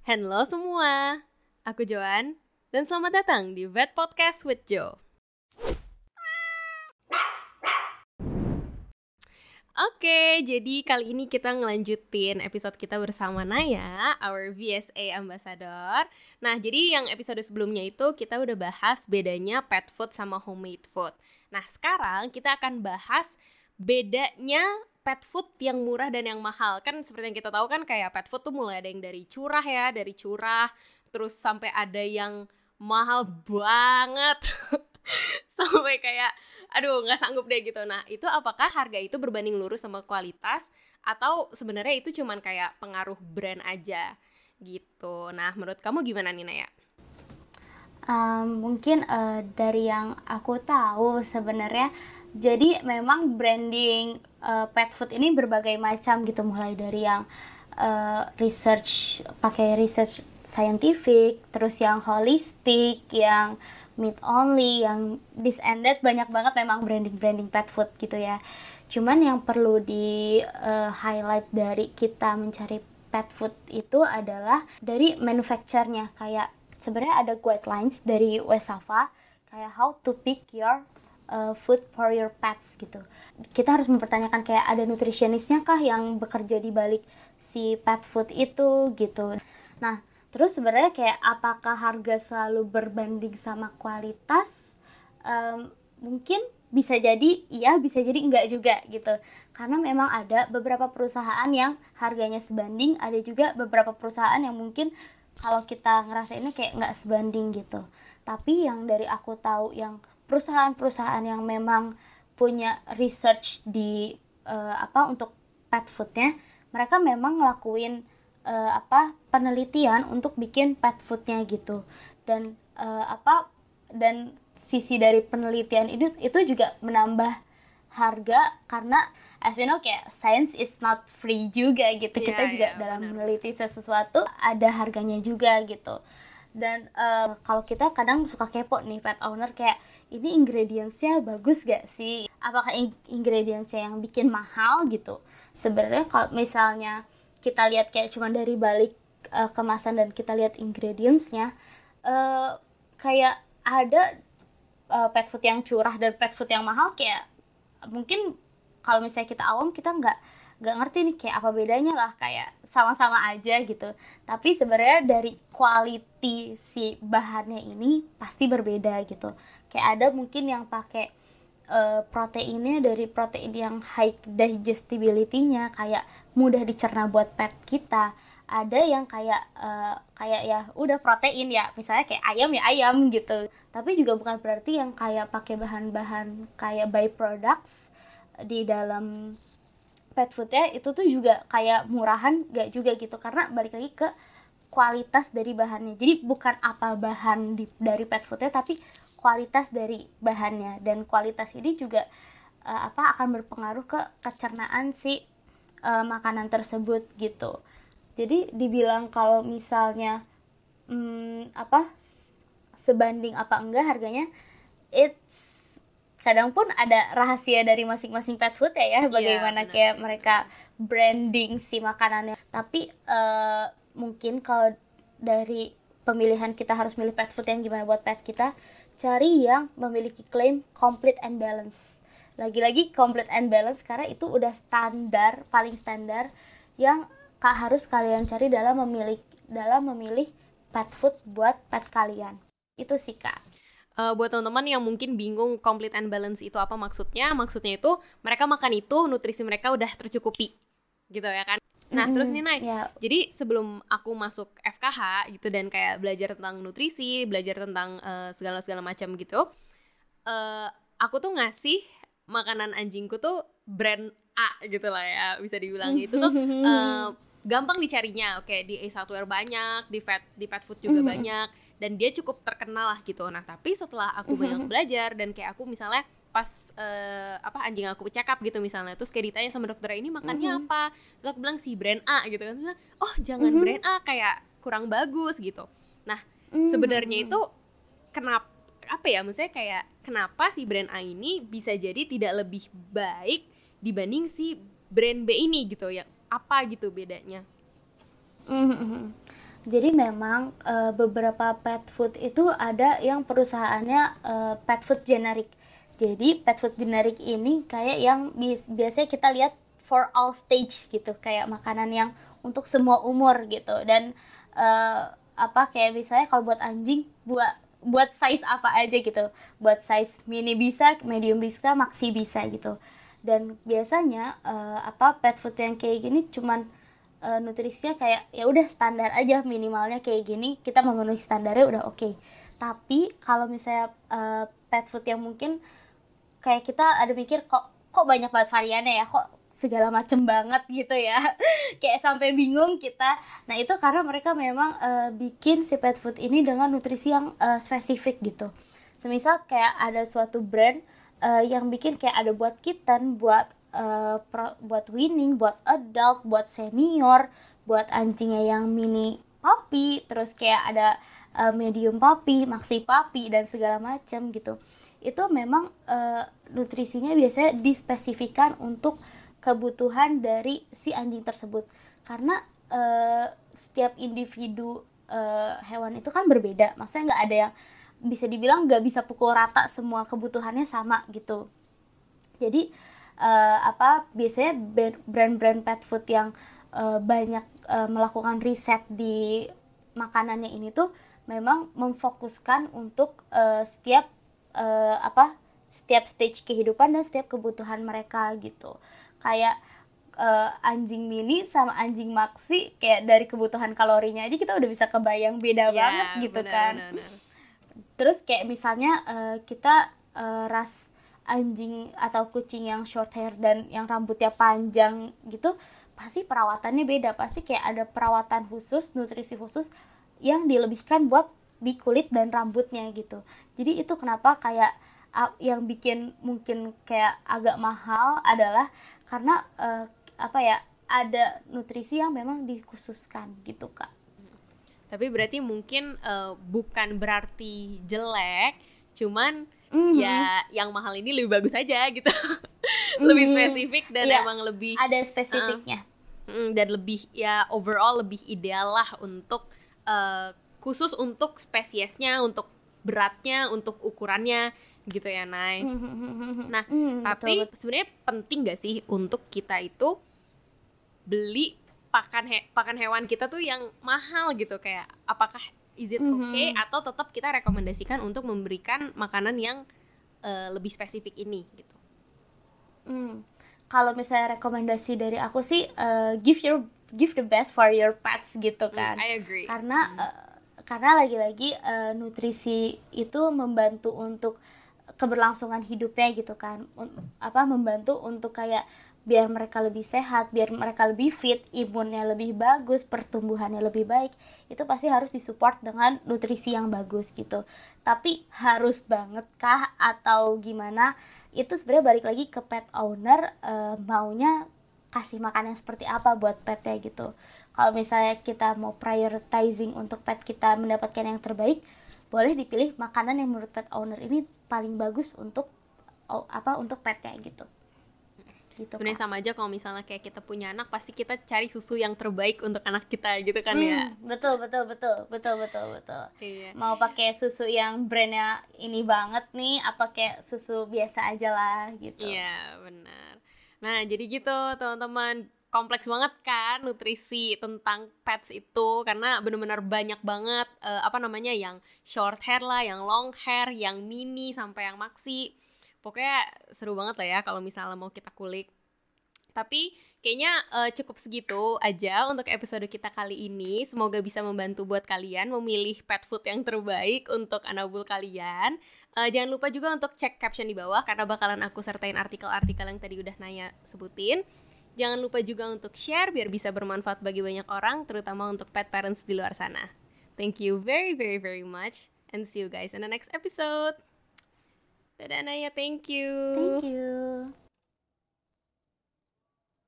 Halo semua, aku Joan, dan selamat datang di Vet Podcast with Jo. Oke, jadi kali ini kita ngelanjutin episode kita bersama Naya, our VSA Ambassador. Nah, jadi yang episode sebelumnya itu kita udah bahas bedanya pet food sama homemade food. Nah, sekarang kita akan bahas bedanya pet food yang murah dan yang mahal. Kan seperti yang kita tahu kan kayak pet food tuh mulai ada yang dari curah, terus sampai ada yang mahal banget. Sampai kayak aduh nggak sanggup deh gitu. Nah itu apakah harga itu berbanding lurus sama kualitas atau sebenarnya itu cuman kayak pengaruh brand aja gitu. Nah menurut kamu gimana nih Naya? Mungkin dari yang aku tahu sebenarnya, jadi memang branding pet food ini berbagai macam gitu, mulai dari yang pakai research scientific, terus yang holistic, yang meat only, yang this and that, banyak banget memang branding pet food gitu ya. Cuman yang perlu di highlight dari kita mencari pet food itu adalah dari manufacturernya. Kayak sebenarnya ada guidelines dari Wesava kayak how to pick your food for your pets gitu. Kita harus mempertanyakan kayak ada nutritionistnya kah yang bekerja di balik si pet food itu gitu. Nah, terus sebenarnya kayak apakah harga selalu berbanding sama kualitas? Mungkin bisa jadi iya, bisa jadi enggak juga gitu. Karena memang ada beberapa perusahaan yang harganya sebanding, ada juga beberapa perusahaan yang mungkin kalau kita ngerasainnya kayak enggak sebanding gitu. Tapi yang dari aku tahu yang perusahaan-perusahaan yang memang punya research di untuk pet foodnya, mereka memang ngelakuin penelitian untuk bikin pet foodnya gitu. Dan dan sisi dari penelitian itu juga menambah harga, karena as we know kayak science is not free juga gitu. Kita juga dalam meneliti sesuatu ada harganya juga gitu. Dan kalau kita kadang suka kepo nih pet owner, kayak ini ingredientsnya bagus gak sih? Apakah ingredientsnya yang bikin mahal gitu? Sebenarnya kalau misalnya kita lihat kayak cuma dari balik kemasan dan kita lihat ingredientsnya, kayak ada pet food yang curah dan pet food yang mahal. Kayak mungkin kalau misalnya kita awam, kita nggak ngerti nih kayak apa bedanya lah, kayak sama-sama aja gitu. Tapi sebenarnya dari quality si bahannya ini pasti berbeda gitu. Kayak ada mungkin yang pakai proteinnya dari protein yang high digestibility-nya, kayak mudah dicerna buat pet kita. Ada yang kayak ya udah protein ya, misalnya kayak ayam ya ayam gitu. Tapi juga bukan berarti yang kayak pakai bahan-bahan kayak byproducts di dalam pet foodnya itu tuh juga kayak murahan, gak juga gitu. Karena balik lagi ke kualitas dari bahannya. Jadi bukan apa bahan dari pet foodnya, tapi kualitas dari bahannya. Dan kualitas ini juga akan berpengaruh ke kecernaan si makanan tersebut gitu. Jadi dibilang kalau misalnya sebanding apa enggak harganya, kadang pun ada rahasia dari masing-masing pet food ya bagaimana kayak mereka branding si makanannya. Tapi mungkin kalau dari pemilihan kita harus milih pet food yang gimana buat pet kita, cari yang memiliki klaim complete and balance. Lagi-lagi complete and balance karena itu udah standar, paling standar yang harus kalian cari dalam memilih pet food buat pet kalian. Itu sih Kak. Buat teman-teman yang mungkin bingung complete and balance itu apa maksudnya itu mereka makan itu nutrisi mereka udah tercukupi gitu ya kan. Nah terus nih Nay, jadi sebelum aku masuk FKH gitu dan kayak belajar tentang nutrisi, belajar tentang segala macam gitu, aku tuh ngasih makanan anjingku tuh brand A gitu lah ya, bisa dibilang. Itu tuh gampang dicarinya, oke, di Ace Hardware banyak, di pet food juga banyak, dan dia cukup terkenal lah gitu. Nah tapi setelah aku banyak belajar dan kayak aku misalnya pas anjing aku check up gitu misalnya, terus kayak ditanya sama dokter ini makannya apa, terus aku bilang si brand A gitu kan, oh jangan brand A, kayak kurang bagus gitu. Nah sebenarnya itu kenapa si brand A ini bisa jadi tidak lebih baik dibanding si brand B ini gitu ya, apa gitu bedanya? Jadi memang beberapa pet food itu ada yang perusahaannya pet food generic. Jadi pet food generic ini kayak yang biasanya kita lihat for all stage gitu, kayak makanan yang untuk semua umur gitu. Dan kayak misalnya kalau buat anjing, buat size apa aja gitu, buat size mini bisa, medium bisa, maxi bisa gitu. Dan biasanya pet food yang kayak gini cuman nutrisinya kayak ya udah standar aja, minimalnya kayak gini, kita memenuhi standarnya udah oke. Tapi kalau misalnya pet food yang mungkin kayak kita ada mikir kok banyak banget variannya ya, kok segala macem banget gitu ya, kayak sampai bingung kita. Nah itu karena mereka memang bikin si pet food ini dengan nutrisi yang spesifik gitu. Semisal kayak ada suatu brand yang bikin kayak ada buat kitten, buat weaning, buat adult, buat senior, buat anjingnya yang mini puppy, terus kayak ada medium puppy, maxi puppy, dan segala macam gitu. Itu memang nutrisinya biasanya dispesifikan untuk kebutuhan dari si anjing tersebut, karena setiap individu hewan itu kan berbeda. Maksudnya nggak ada yang bisa dibilang nggak bisa pukul rata semua kebutuhannya sama gitu. Jadi biasanya brand-brand pet food yang banyak melakukan riset di makanannya ini tuh memang memfokuskan untuk setiap stage kehidupan dan setiap kebutuhan mereka gitu. Kayak anjing mini sama anjing maxi, kayak dari kebutuhan kalorinya aja kita udah bisa kebayang beda banget gitu, bener. Terus kayak misalnya kita ras anjing atau kucing yang short hair dan yang rambutnya panjang gitu, pasti perawatannya beda, pasti kayak ada perawatan khusus, nutrisi khusus yang dilebihkan buat di kulit dan rambutnya gitu. Jadi itu kenapa kayak yang bikin mungkin kayak agak mahal adalah karena ada nutrisi yang memang dikhususkan gitu, Kak. Tapi berarti mungkin bukan berarti jelek, cuman ya yang mahal ini lebih bagus aja gitu. Lebih spesifik dan emang lebih ada spesifiknya. Dan lebih ya overall lebih ideal lah untuk khusus untuk spesiesnya, untuk beratnya, untuk ukurannya gitu ya, Nay. Nah, tapi sebenarnya penting gak sih untuk kita itu beli pakan hewan kita tuh yang mahal gitu, kayak apakah is it okay atau tetap kita rekomendasikan untuk memberikan makanan yang lebih spesifik ini gitu. Kalau misalnya rekomendasi dari aku sih give the best for your pets gitu kan. I agree. Karena lagi-lagi nutrisi itu membantu untuk keberlangsungan hidupnya gitu kan. Membantu untuk kayak biar mereka lebih sehat, biar mereka lebih fit, imunnya lebih bagus, pertumbuhannya lebih baik. Itu pasti harus disupport dengan nutrisi yang bagus gitu. Tapi harus banget kah atau gimana? Itu sebenarnya balik lagi ke pet owner maunya kasih makan yang seperti apa buat petnya gitu. Kalau misalnya kita mau prioritizing untuk pet kita mendapatkan yang terbaik, boleh dipilih makanan yang menurut pet owner ini paling bagus untuk petnya gitu. Sebenarnya sama aja kalau misalnya kayak kita punya anak, pasti kita cari susu yang terbaik untuk anak kita gitu kan ya. Betul. Iya. Mau pakai susu yang brandnya ini banget nih, apa kayak susu biasa aja lah gitu. Iya, benar. Nah, jadi gitu teman-teman, kompleks banget kan nutrisi tentang pets itu, karena benar-benar banyak banget yang short hair lah, yang long hair, yang mini sampai yang maxi. Pokoknya seru banget lah ya kalau misalnya mau kita kulik. Tapi kayaknya cukup segitu aja untuk episode kita kali ini. Semoga bisa membantu buat kalian memilih pet food yang terbaik untuk anabul kalian. Jangan lupa juga untuk cek caption di bawah, karena bakalan aku sertain artikel-artikel yang tadi udah Naya sebutin. Jangan lupa juga untuk share biar bisa bermanfaat bagi banyak orang, terutama untuk pet parents di luar sana. Thank you very, very, very much. And see you guys in the next episode. Dadah Naya, thank you. Thank you.